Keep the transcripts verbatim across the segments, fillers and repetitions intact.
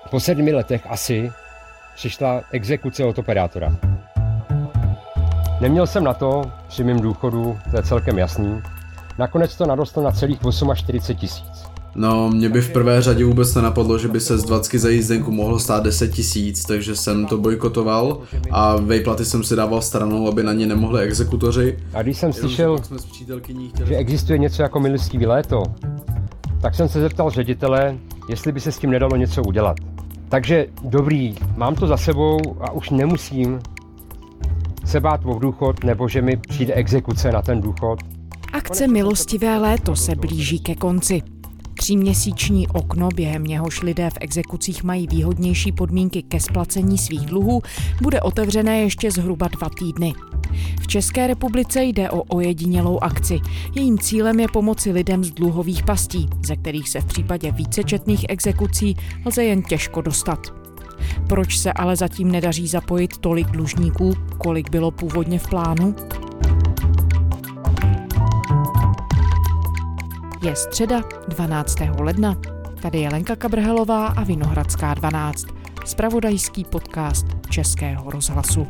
Po sedmi letech asi přišla exekuce od operátora. Neměl jsem na to při mým důchodu, to je celkem jasný. Nakonec to narostlo na celých čtyřicet osm tisíc. No, mě by v prvé řadě vůbec nenapadlo, že by se z dvacky za jízdenku mohlo stát deset tisíc, takže jsem to bojkotoval a vejplaty jsem si dával stranou, aby na ně nemohli exekutoři. A když jsem slyšel, že existuje něco jako milostivé léto, tak jsem se zeptal ředitele, jestli by se s tím nedalo něco udělat. Takže dobrý, mám to za sebou a už nemusím se bát o důchod, nebo že mi přijde exekuce na ten důchod. Akce Milostivé léto se blíží ke konci. Tříměsíční okno, během něhož lidé v exekucích mají výhodnější podmínky ke splacení svých dluhů, bude otevřené ještě zhruba dva týdny. V České republice jde o ojedinělou akci. Jejím cílem je pomoci lidem z dluhových pastí, ze kterých se v případě vícečetných exekucí lze jen těžko dostat. Proč se ale zatím nedaří zapojit tolik dlužníků, kolik bylo původně v plánu? Je středa dvanáctého ledna. Tady je Lenka Kabrhelová a Vinohradská dvanáct, zpravodajský podcast Českého rozhlasu.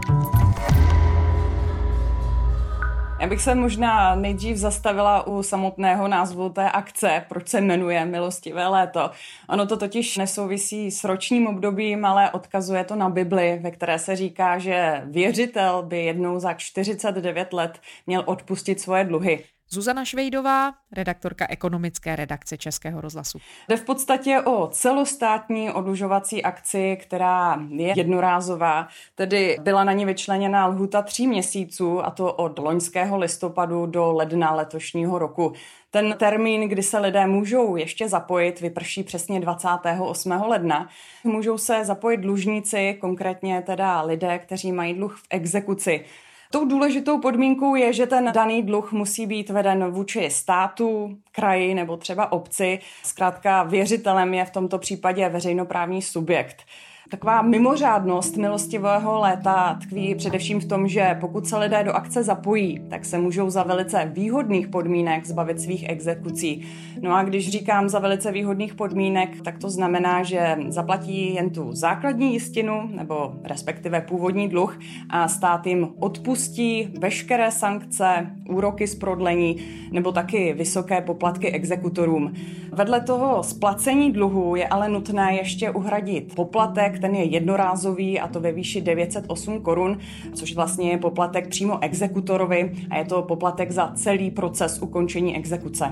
Já bych se možná nejdřív zastavila u samotného názvu té akce, proč se jmenuje Milostivé léto. Ono to totiž nesouvisí s ročním obdobím, ale odkazuje to na Bibli, ve které se říká, že věřitel by jednou za čtyřicet devět let měl odpustit svoje dluhy. Zuzana Švejdová, redaktorka ekonomické redakce Českého rozhlasu. Jde v podstatě o celostátní oddlužovací akci, která je jednorázová, tedy byla na ní vyčleněna lhůta tří měsíců, a to od loňského listopadu do ledna letošního roku. Ten termín, kdy se lidé můžou ještě zapojit, vyprší přesně dvacátého osmého ledna. Můžou se zapojit dlužníci, konkrétně teda lidé, kteří mají dluh v exekuci. Tou důležitou podmínkou je, že ten daný dluh musí být veden vůči státu, kraji nebo třeba obci. Zkrátka věřitelem je v tomto případě veřejnoprávní subjekt. Taková mimořádnost milostivého léta tkví především v tom, že pokud se lidé do akce zapojí, tak se můžou za velice výhodných podmínek zbavit svých exekucí. No a když říkám za velice výhodných podmínek, tak to znamená, že zaplatí jen tu základní jistinu, nebo respektive původní dluh, a stát jim odpustí veškeré sankce, úroky z prodlení nebo taky vysoké poplatky exekutorům. Vedle toho splacení dluhu je ale nutné ještě uhradit poplatek, ten je jednorázový, a to ve výši devět set osm korun, což vlastně je poplatek přímo exekutorovi a je to poplatek za celý proces ukončení exekuce.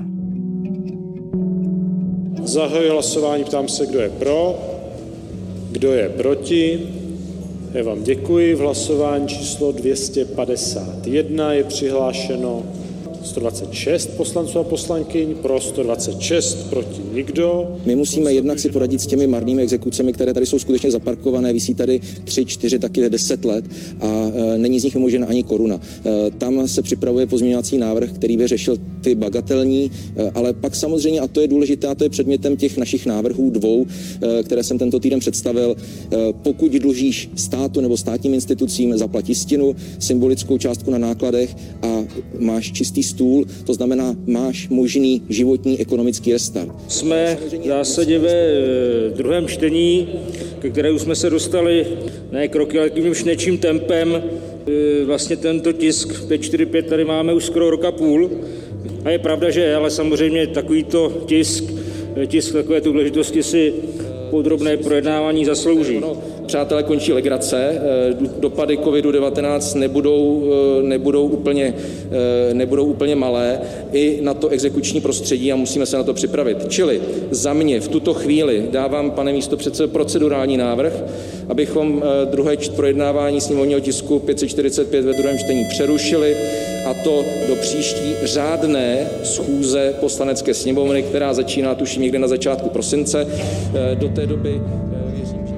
Zahajuji hlasování, ptám se, kdo je pro, kdo je proti. Já vám děkuji. V hlasování číslo dvě stě padesát jedna je přihlášeno sto dvacet šest poslanců a poslankyň, pro sto dvacet šest, proti nikdo. My musíme jednak si poradit s těmi marnými exekucemi, které tady jsou skutečně zaparkované, visí tady tři, čtyři, taky deset let a e, není z nich vymožena ani koruna. E, tam se připravuje pozměňovací návrh, který by řešil ty bagatelní, e, ale pak samozřejmě, a to je důležité, a to je předmětem těch našich návrhů dvou, e, které jsem tento týden představil, e, pokud dlužíš státu nebo státním institucím, zaplat jistinu, symbolickou částku na nákladech a máš čistý stůl, to znamená, máš možný životní ekonomický restart. Jsme v zásadě ve druhém čtení, ke kterému jsme se dostali ne kroky, ale tím už nečím tempem. Vlastně tento tisk pět čtyři pět tady máme už skoro rok a půl. A je pravda, že ale samozřejmě takovýto tisk, tisk takové důležitosti si podrobné projednávání zaslouží. Přátelé, končí legrace, dopady kovid devatenáct nebudou, nebudou, úplně, nebudou úplně malé i na to exekuční prostředí a musíme se na to připravit. Čili za mě v tuto chvíli dávám, pane místopředsedo, procedurální návrh, abychom druhé projednávání sněmovního tisku pět set čtyřicet pět ve druhém čtení přerušili, a to do příští řádné schůze Poslanecké sněmovny, která začíná tuším někde na začátku prosince. Do té doby věřím, že...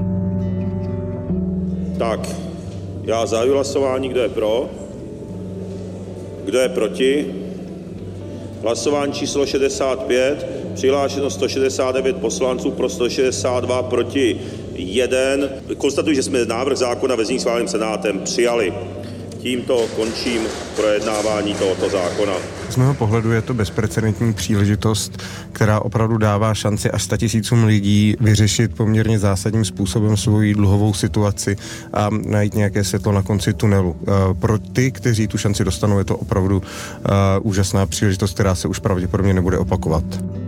Tak, já zahajuji hlasování, kdo je pro, kdo je proti. Hlasování číslo šedesát pět, přihlášeno sto šedesát devět poslanců, pro sto šedesát dva, proti jeden. Konstatuji, že jsme návrh zákona ve znění schváleném Senátem přijali. Tímto končím projednávání tohoto zákona. Z mého pohledu je to bezprecedentní příležitost, která opravdu dává šanci až statisícům lidí vyřešit poměrně zásadním způsobem svou dluhovou situaci a najít nějaké světlo na konci tunelu. Pro ty, kteří tu šanci dostanou, je to opravdu úžasná příležitost, která se už pravděpodobně nebude opakovat.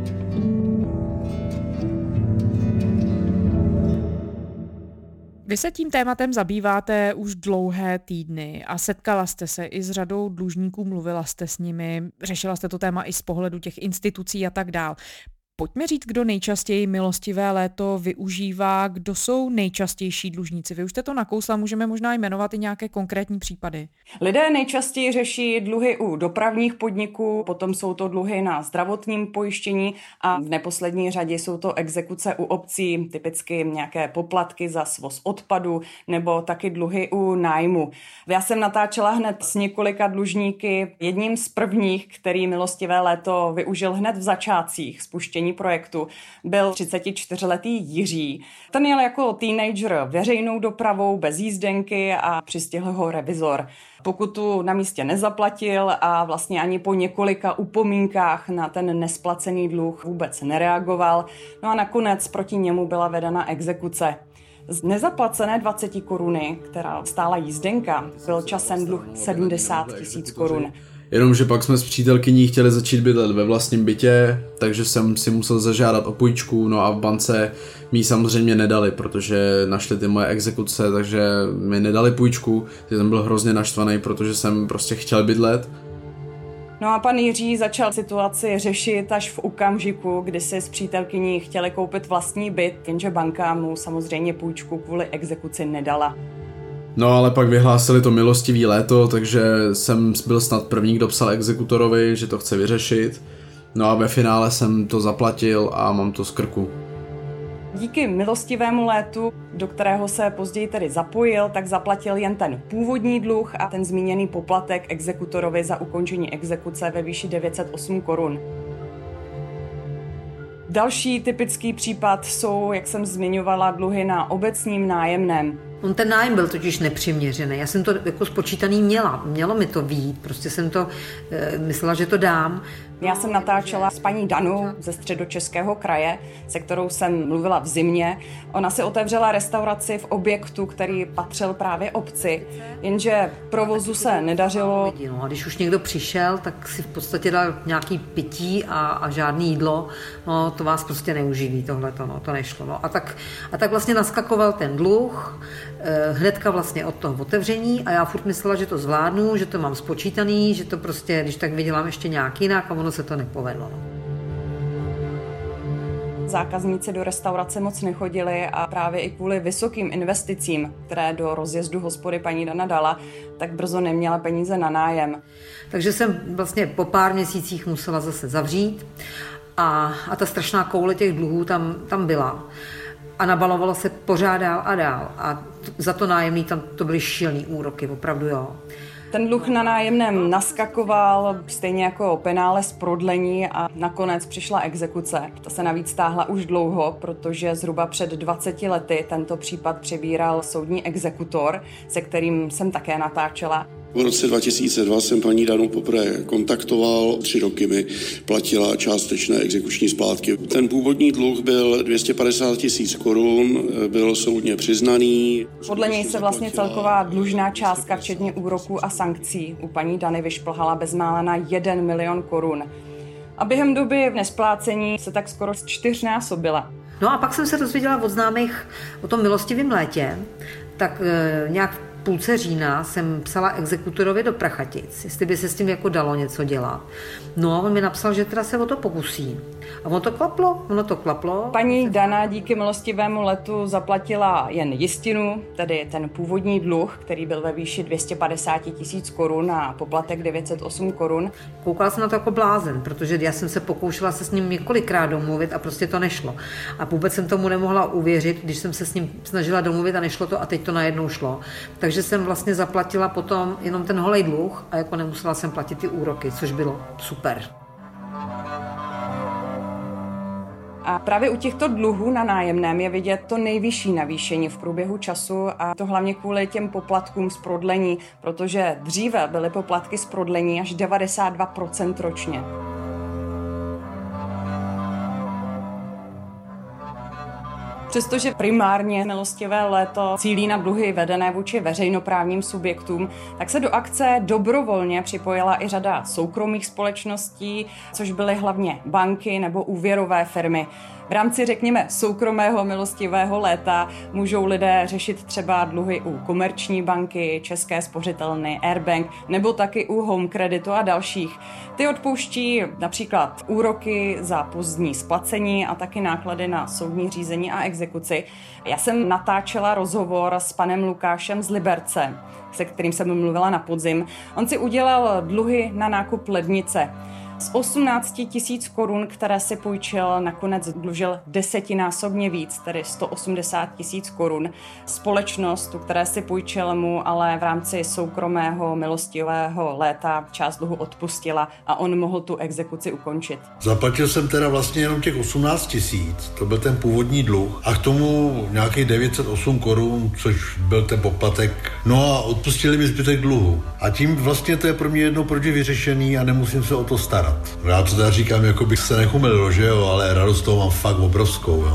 Vy se tím tématem zabýváte už dlouhé týdny a setkala jste se i s řadou dlužníků, mluvila jste s nimi, řešila jste to téma i z pohledu těch institucí a tak dál. Pojďme říct, kdo nejčastěji milostivé léto využívá, kdo jsou nejčastější dlužníci. Vy už jste to nakousla, můžeme možná jmenovat i nějaké konkrétní případy. Lidé nejčastěji řeší dluhy u dopravních podniků, potom jsou to dluhy na zdravotním pojištění a v neposlední řadě jsou to exekuce u obcí, typicky nějaké poplatky za svoz odpadu nebo taky dluhy u nájmu. Já jsem natáčela hned s několika dlužníky. Jedním z prvních, který milostivé léto využil hned v začátcích spuštění projektu, byl třicetičtyřletý Jiří. Ten jel jako teenager veřejnou dopravou bez jízdenky a přistihl ho revizor. Pokutu na místě nezaplatil a vlastně ani po několika upomínkách na ten nesplacený dluh vůbec nereagoval. No a nakonec proti němu byla vedena exekuce. Z nezaplacené dvacet koruny, která stála jízdenka, byl časem dluh sedmdesát tisíc korun. Jenomže pak jsme s přítelkyní chtěli začít bydlet ve vlastním bytě, takže jsem si musel zažádat o půjčku, no a v bance mi ji samozřejmě nedali, protože našli ty moje exekuce, takže mi nedali půjčku, takže jsem byl hrozně naštvaný, protože jsem prostě chtěl bydlet. No a pan Jiří začal situaci řešit až v okamžiku, kdy si s přítelkyní chtěli koupit vlastní byt, jenže banka mu samozřejmě půjčku kvůli exekuci nedala. No ale pak vyhlásili to milostivý léto, takže jsem byl snad první, kdo psal exekutorovi, že to chce vyřešit. No a ve finále jsem to zaplatil a mám to z krku. Díky milostivému létu, do kterého se později tedy zapojil, tak zaplatil jen ten původní dluh a ten zmíněný poplatek exekutorovi za ukončení exekuce ve výši devět set osm korun. Další typický případ jsou, jak jsem zmiňovala, dluhy na obecním nájemném. On ten nájem byl totiž nepřiměřený. Já jsem to jako spočítaný měla. Mělo mi to vyjít. Prostě jsem to e, myslela, že to dám. Já jsem natáčela s paní Danou ze Středočeského kraje, se kterou jsem mluvila v zimě. Ona si otevřela restauraci v objektu, který patřil právě obci, jenže provozu se nedařilo. No, a když už někdo přišel, tak si v podstatě dal nějaký pití a, a žádný jídlo. No, to vás prostě neuživí tohleto, no, to nešlo. No. A, tak, a tak vlastně naskakoval ten dluh, hnedka vlastně od toho otevření a já furt myslela, že to zvládnu, že to mám spočítaný, že to prostě, když tak vydělám ještě nějak jinak a ono se to nepovedlo. Zákazníci do restaurace moc nechodili a právě i kvůli vysokým investicím, které do rozjezdu hospody paní Dana dala, tak brzo neměla peníze na nájem. Takže jsem vlastně po pár měsících musela zase zavřít a, a ta strašná koule těch dluhů tam, tam byla. A nabalovalo se pořád dál a dál. A za to nájemný tam to byly šílený úroky, opravdu jo. Ten dluh na nájemném naskakoval, stejně jako penále z prodlení a nakonec přišla exekuce. Ta se navíc táhla už dlouho, protože zhruba před dvaceti lety tento případ přebíral soudní exekutor, se kterým jsem také natáčela. V roce dva tisíce dva jsem paní Danu poprvé kontaktoval, tři roky mi platila částečné exekuční splátky. Ten původní dluh byl dvě stě padesát tisíc korun, byl soudně přiznaný. Podle něj se vlastně celková dlužná částka, včetně úroků a sankcí, u paní Dany vyšplhala bezmála na jeden milion korun. A během doby nesplácení se tak skoro čtyřnásobila. No a pak jsem se dozvěděla od známých o tom milostivém létě, tak e, nějak půlce října jsem psala exekutorovi do Prachatic, jestli by se s tím jako dalo něco dělat. No a on mi napsal, že teda se o to pokusí. A ono to klaplo, ono to klaplo. Paní Dana díky milostivému letu zaplatila jen jistinu, tedy ten původní dluh, který byl ve výši dvě stě padesát tisíc korun a poplatek devět set osm korun. Koukala jsem na to jako blázen, protože já jsem se pokoušela se s ním několikrát domluvit a prostě to nešlo. A vůbec jsem tomu nemohla uvěřit, když jsem se s ním snažila domluvit a nešlo to a teď to najednou šlo. Takže jsem vlastně zaplatila potom jenom ten holej dluh a jako nemusela jsem platit ty úroky, což bylo super. A právě u těchto dluhů na nájemném je vidět to nejvyšší navýšení v průběhu času a to hlavně kvůli těm poplatkům z prodlení, protože dříve byly poplatky z prodlení až devadesát dva procent ročně. Přestože primárně milostivé léto cílí na dluhy vedené vůči veřejnoprávním subjektům, tak se do akce dobrovolně připojila i řada soukromých společností, což byly hlavně banky nebo úvěrové firmy. V rámci, řekněme, soukromého milostivého léta můžou lidé řešit třeba dluhy u Komerční banky, České spořitelny, Airbank nebo taky u Home Creditu a dalších. Ty odpouští například úroky za pozdní splacení a taky náklady na soudní řízení a exekuci. Já jsem natáčela rozhovor s panem Lukášem z Liberce, se kterým jsem mluvila na podzim. On si udělal dluhy na nákup lednice. Z osmnáct tisíc korun, které si půjčil, nakonec dlužil desetinásobně víc, tedy sto osmdesát tisíc korun. Společnost, tu které si půjčil, mu ale v rámci soukromého milostivého léta část dluhu odpustila a on mohl tu exekuci ukončit. Zaplatil jsem teda vlastně jenom těch osmnáct tisíc, to byl ten původní dluh, a k tomu nějakých devět set osm korun, což byl ten poplatek. No a odpustili mi zbytek dluhu. A tím vlastně to je pro mě jedno proč je vyřešený a nemusím se o to starat. Já to teda říkám, jako bych se nechumilil, že jo, ale radost toho mám fakt obrovskou, jo.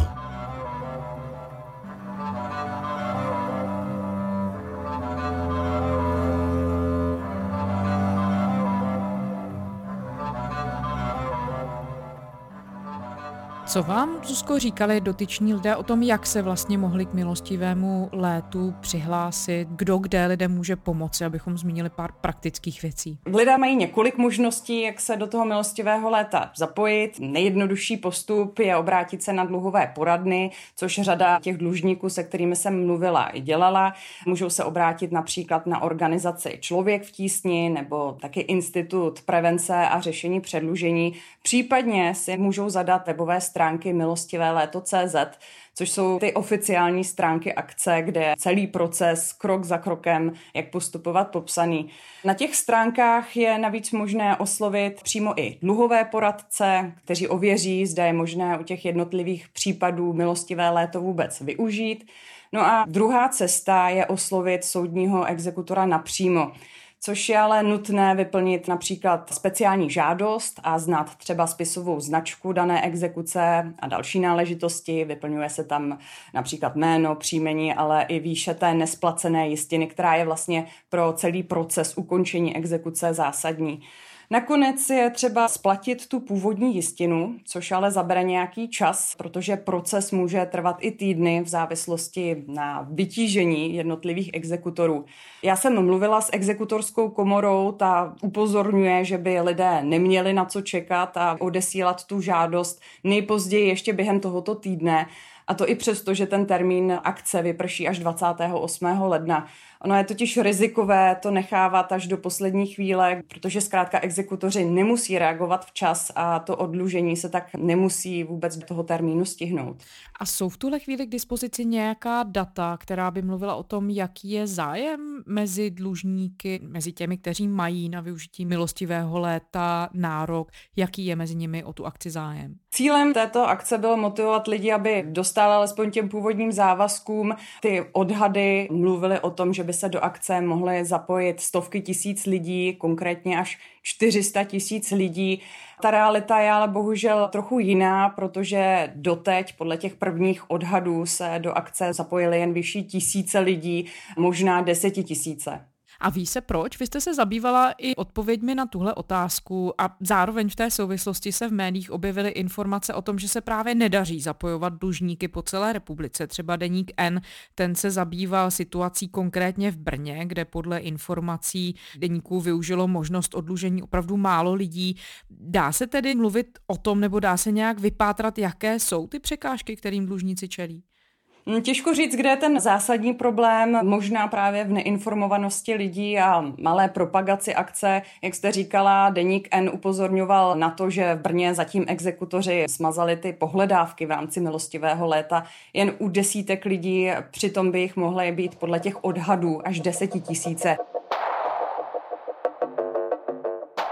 Co vám, Zuzko, říkali dotyční lidé o tom, jak se vlastně mohli k milostivému létu přihlásit, kdo kde lidem může pomoci, abychom zmínili pár praktických věcí? Lidé mají několik možností, jak se do toho milostivého léta zapojit. Nejjednodušší postup je obrátit se na dluhové poradny, což řada těch dlužníků, se kterými jsem mluvila, i dělala. Můžou se obrátit například na organizaci Člověk v tísni nebo taky Institut prevence a řešení předlužení. Případně si můžou zadat webové stránky milostivé léto tečka cé zet, což jsou ty oficiální stránky akce, kde je celý proces krok za krokem, jak postupovat, popsaný. Na těch stránkách je navíc možné oslovit přímo i dluhové poradce, kteří ověří, zda je možné u těch jednotlivých případů milostivé léto vůbec využít. No a druhá cesta je oslovit soudního exekutora napřímo, což je ale nutné vyplnit například speciální žádost a znát třeba spisovou značku dané exekuce a další náležitosti. Vyplňuje se tam například jméno, příjmení, ale i výše té nesplacené jistiny, která je vlastně pro celý proces ukončení exekuce zásadní. Nakonec je třeba splatit tu původní jistinu, což ale zabere nějaký čas, protože proces může trvat i týdny v závislosti na vytížení jednotlivých exekutorů. Já jsem mluvila s exekutorskou komorou, ta upozorňuje, že by lidé neměli na co čekat a odesílat tu žádost nejpozději ještě během tohoto týdne. A to i přesto, že ten termín akce vyprší až dvacátého osmého ledna. Ono je totiž rizikové to nechávat až do poslední chvíle, protože zkrátka exekutoři nemusí reagovat včas a to oddlužení se tak nemusí vůbec do toho termínu stihnout. A jsou v tuhle chvíli k dispozici nějaká data, která by mluvila o tom, jaký je zájem mezi dlužníky, mezi těmi, kteří mají na využití milostivého léta nárok, jaký je mezi nimi o tu akci zájem? Cílem této akce bylo motivovat lidi, aby dostali alespoň těm původním závazkům. Ty odhady mluvily o tom, že by se do akce mohly zapojit stovky tisíc lidí, konkrétně až čtyři sta tisíc lidí. Ta realita je ale bohužel trochu jiná, protože doteď podle těch prvních odhadů se do akce zapojily jen vyšší tisíce lidí, možná desetitisíce. A ví se proč? Vy jste se zabývala i odpověďmi na tuhle otázku a zároveň v té souvislosti se v médiích objevily informace o tom, že se právě nedaří zapojovat dlužníky po celé republice. Třeba deník N, ten se zabýval situací konkrétně v Brně, kde podle informací deníků využilo možnost oddlužení opravdu málo lidí. Dá se tedy mluvit o tom, nebo dá se nějak vypátrat, jaké jsou ty překážky, kterým dlužníci čelí? Těžko říct, kde je ten zásadní problém, možná právě v neinformovanosti lidí a malé propagaci akce. Jak jste říkala, deník N upozorňoval na to, že v Brně zatím exekutoři smazali ty pohledávky v rámci milostivého léta jen u desítek lidí, přitom by jich mohly být podle těch odhadů až desetitisíce.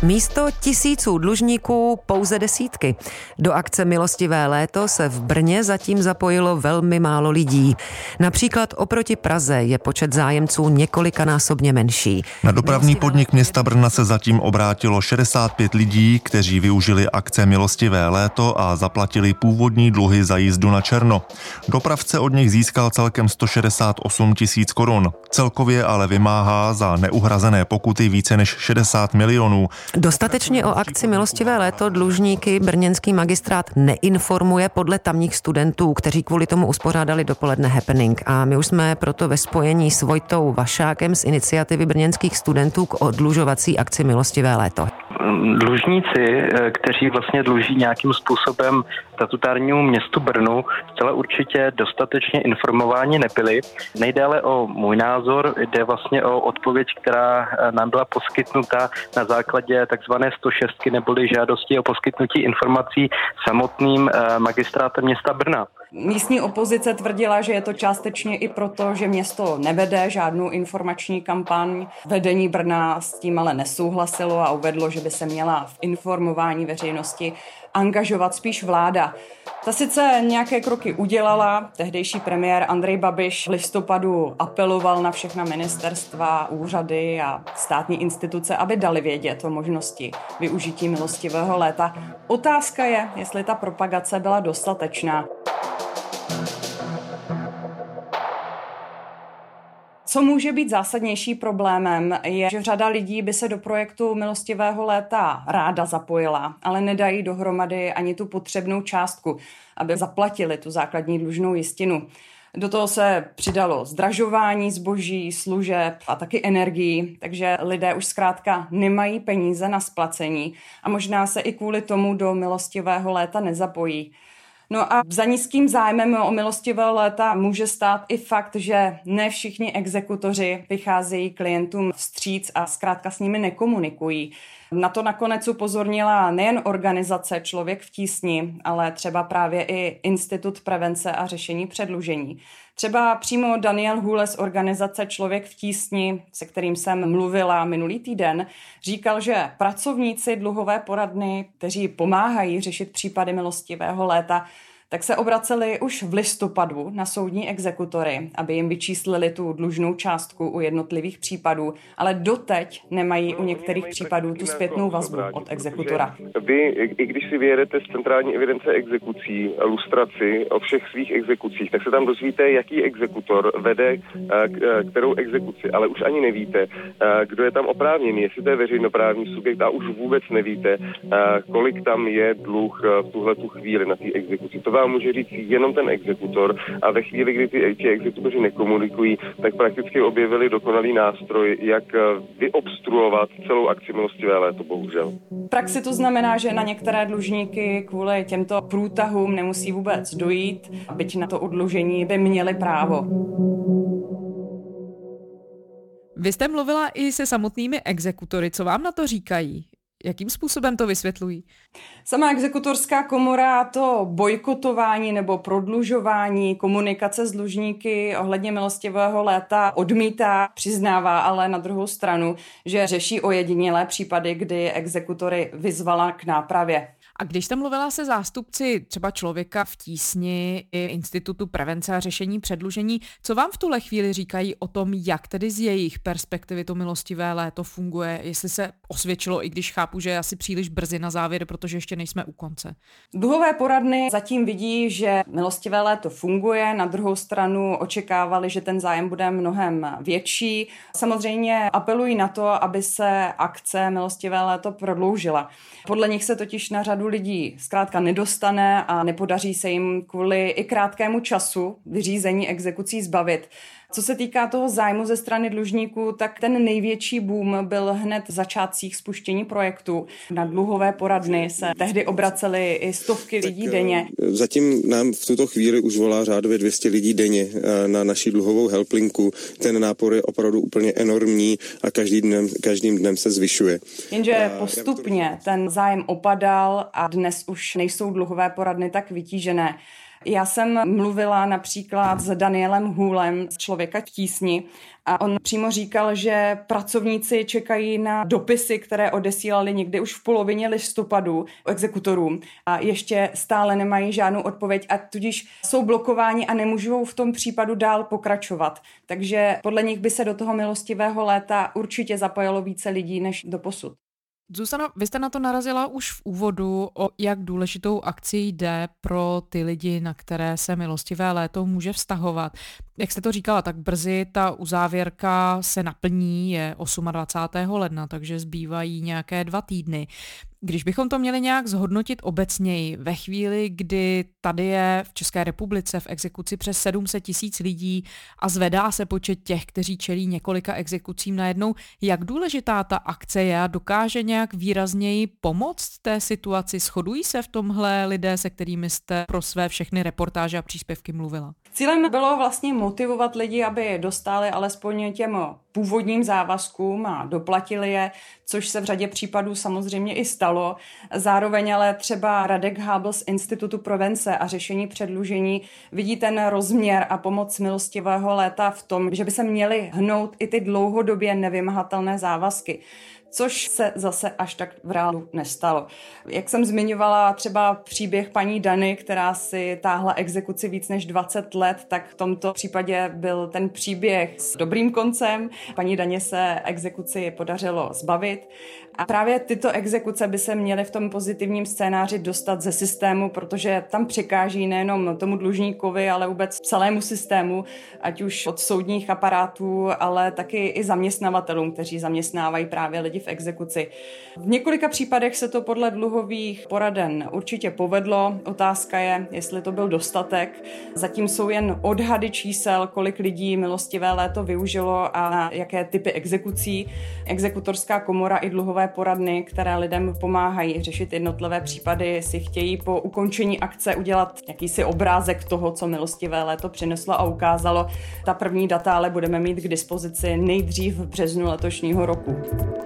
Místo tisíců dlužníků pouze desítky. Do akce Milostivé léto se v Brně zatím zapojilo velmi málo lidí. Například oproti Praze je počet zájemců několikanásobně menší. Na dopravní podnik města Brna se zatím obrátilo šedesát pět lidí, kteří využili akce Milostivé léto a zaplatili původní dluhy za jízdu na černo. Dopravce od nich získal celkem sto šedesát osm tisíc korun. Celkově ale vymáhá za neuhrazené pokuty více než šedesát milionů. Dostatečně o akci Milostivé léto dlužníky brněnský magistrát neinformuje podle tamních studentů, kteří kvůli tomu uspořádali dopoledne happening. A my už jsme proto ve spojení s Vojtou Vašákem z iniciativy brněnských studentů k oddlužovací akci Milostivé léto. Dlužníci, kteří vlastně dluží nějakým způsobem statutárnímu městu Brnu, zcela určitě dostatečně informováni nebyli. Nejde ale o můj názor, jde vlastně o odpověď, která nám byla poskytnuta na základě takzvané sto šest neboli žádosti o poskytnutí informací samotným magistrátem města Brna. Místní opozice tvrdila, že je to částečně i proto, že město nevede žádnou informační kampaň. Vedení Brna s tím ale nesouhlasilo a uvedlo, že by se měla v informování veřejnosti angažovat spíš vláda. Ta sice nějaké kroky udělala, tehdejší premiér Andrej Babiš v listopadu apeloval na všechna ministerstva, úřady a státní instituce, aby dali vědět o možnosti využití milostivého léta. Otázka je, jestli ta propagace byla dostatečná. Co může být zásadnější problémem, je, že řada lidí by se do projektu Milostivého léta ráda zapojila, ale nedají dohromady ani tu potřebnou částku, aby zaplatili tu základní dlužnou jistinu. Do toho se přidalo zdražování zboží, služeb a taky energií, takže lidé už zkrátka nemají peníze na splacení a možná se i kvůli tomu do Milostivého léta nezapojí. No a za nízkým zájmem o milostivé léta může stát i fakt, že ne všichni exekutoři vycházejí klientům vstříc a zkrátka s nimi nekomunikují. Na to nakonec upozornila nejen organizace Člověk v tísni, ale třeba právě i Institut prevence a řešení předlužení. Třeba přímo Daniel Hůle z organizace Člověk v tísni, se kterým jsem mluvila minulý týden, říkal, že pracovníci dluhové poradny, kteří pomáhají řešit případy milostivého léta, tak se obraceli už v listopadu na soudní exekutory, aby jim vyčíslili tu dlužnou částku u jednotlivých případů, ale doteď nemají u některých případů tu zpětnou vazbu od exekutora. Vy, i když si vyjedete z centrální evidence exekucí, lustraci o všech svých exekucích, tak se tam dozvíte, jaký exekutor vede kterou exekuci, ale už ani nevíte, kdo je tam oprávněný, jestli to je veřejnoprávní subjekt a už vůbec nevíte, kolik tam je dluh v tuhletu chvíli na té exekuci. To vám může říct jenom ten exekutor a ve chvíli, kdy ty, ty exekutoři nekomunikují, tak prakticky objevili dokonalý nástroj, jak vyobstruovat celou akci Milostivé léto, bohužel. V praxi to znamená, že na některé dlužníky kvůli těmto průtahům nemusí vůbec dojít, byť na to oddlužení by měli právo. Vy jste mluvila i se samotnými exekutory. Co vám na to říkají? Jakým způsobem to vysvětlují? Sama exekutorská komora to bojkotování nebo prodlužování komunikace s dlužníky ohledně milostivého léta odmítá, přiznává ale na druhou stranu, že řeší ojedinělé případy, kdy exekutory vyzvala k nápravě. A když jste mluvila se zástupci třeba Člověka v tísni i Institutu prevence a řešení předlužení, co vám v tuhle chvíli říkají o tom, jak tedy z jejich perspektivy to milostivé léto funguje, jestli se osvědčilo, i když chápu, že je asi příliš brzy na závěr, protože ještě nejsme u konce? Dluhové poradny zatím vidí, že milostivé léto funguje, na druhou stranu očekávali, že ten zájem bude mnohem větší. Samozřejmě apelují na to, aby se akce milostivé léto prodloužila. Podle nich se totiž na řadu lidí zkrátka nedostane a nepodaří se jim kvůli i krátkému času vyřízení exekucí zbavit. Co se týká toho zájmu ze strany dlužníků, tak ten největší boom byl hned v začátcích spuštění projektu. Na dluhové poradny se tehdy obracely i stovky lidí tak, denně. Zatím nám v tuto chvíli už volá řádově dvě stě lidí denně na naší dluhovou helplinku. Ten nápor je opravdu úplně enormní a každý dnem, každým dnem se zvyšuje. Jenže postupně ten zájem opadal a dnes už nejsou dluhové poradny tak vytížené. Já jsem mluvila například s Danielem Hůlem z Člověka v tísni a on přímo říkal, že pracovníci čekají na dopisy, které odesílali někdy už v polovině listopadu exekutorům a ještě stále nemají žádnou odpověď a tudíž jsou blokováni a nemůžou v tom případu dál pokračovat. Takže podle nich by se do toho milostivého léta určitě zapojilo více lidí než doposud. Zuzano, vy jste na to narazila už v úvodu, o jak důležitou akci jde pro ty lidi, na které se milostivé léto může vztahovat. Jak jste to říkala, tak brzy ta uzávěrka se naplní, je dvacátého osmého ledna, takže zbývají nějaké dva týdny. Když bychom to měli nějak zhodnotit obecněji, ve chvíli, kdy tady je v České republice v exekuci přes sedm set tisíc lidí a zvedá se počet těch, kteří čelí několika exekucím najednou, jak důležitá ta akce je a dokáže nějak výrazněji pomoct té situaci? Shodují se v tomhle lidé, se kterými jste pro své všechny reportáže a příspěvky mluvila? Cílem bylo vlastně motivovat lidi, aby dostali alespoň těm původním závazkům a doplatili je, což se v řadě případů samozřejmě i stalo. Zároveň ale třeba Radek Hábl z Institutu prevence a řešení předlužení vidí ten rozměr a pomoc milostivého léta v tom, že by se měly hnout i ty dlouhodobě nevymahatelné závazky, což se zase až tak v reálu nestalo. Jak jsem zmiňovala třeba příběh paní Dany, která si táhla exekuci víc než dvacet let, tak v tomto případě byl ten příběh s dobrým koncem. Paní Daně se exekuci podařilo zbavit. A právě tyto exekuce by se měly v tom pozitivním scénáři dostat ze systému, protože tam překáží nejenom tomu dlužníkovi, ale vůbec celému systému, ať už od soudních aparátů, ale taky i zaměstnavatelům, kteří zaměstnávají právě lidi v exekuci. V několika případech se to podle dluhových poraden určitě povedlo. Otázka je, jestli to byl dostatek. Zatím jsou jen odhady čísel, kolik lidí milostivé léto využilo a na jaké typy exekucí. Exekutorská komora i dluhové poradny, které lidem pomáhají řešit jednotlivé případy, si chtějí po ukončení akce udělat jakýsi obrázek toho, co milostivé léto přineslo a ukázalo. Ta první data ale budeme mít k dispozici nejdřív v březnu letošního roku.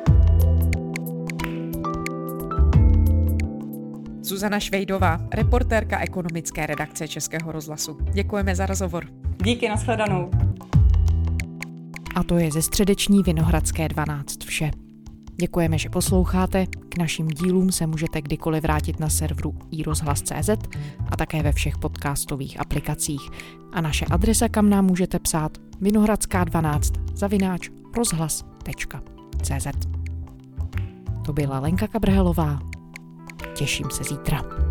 Zuzana Švejdová, reportérka ekonomické redakce Českého rozhlasu. Děkujeme za rozhovor. Díky, nashledanou. A to je ze středeční Vinohradské dvanáct vše. Děkujeme, že posloucháte. K našim dílům se můžete kdykoliv vrátit na serveru i rozhlas tečka cé zet a také ve všech podcastových aplikacích. A naše adresa, kam nám můžete psát, vinohradská dvanáct zavináč rozhlas tečka cé zet. To byla Lenka Kabrhelová. Těším se zítra.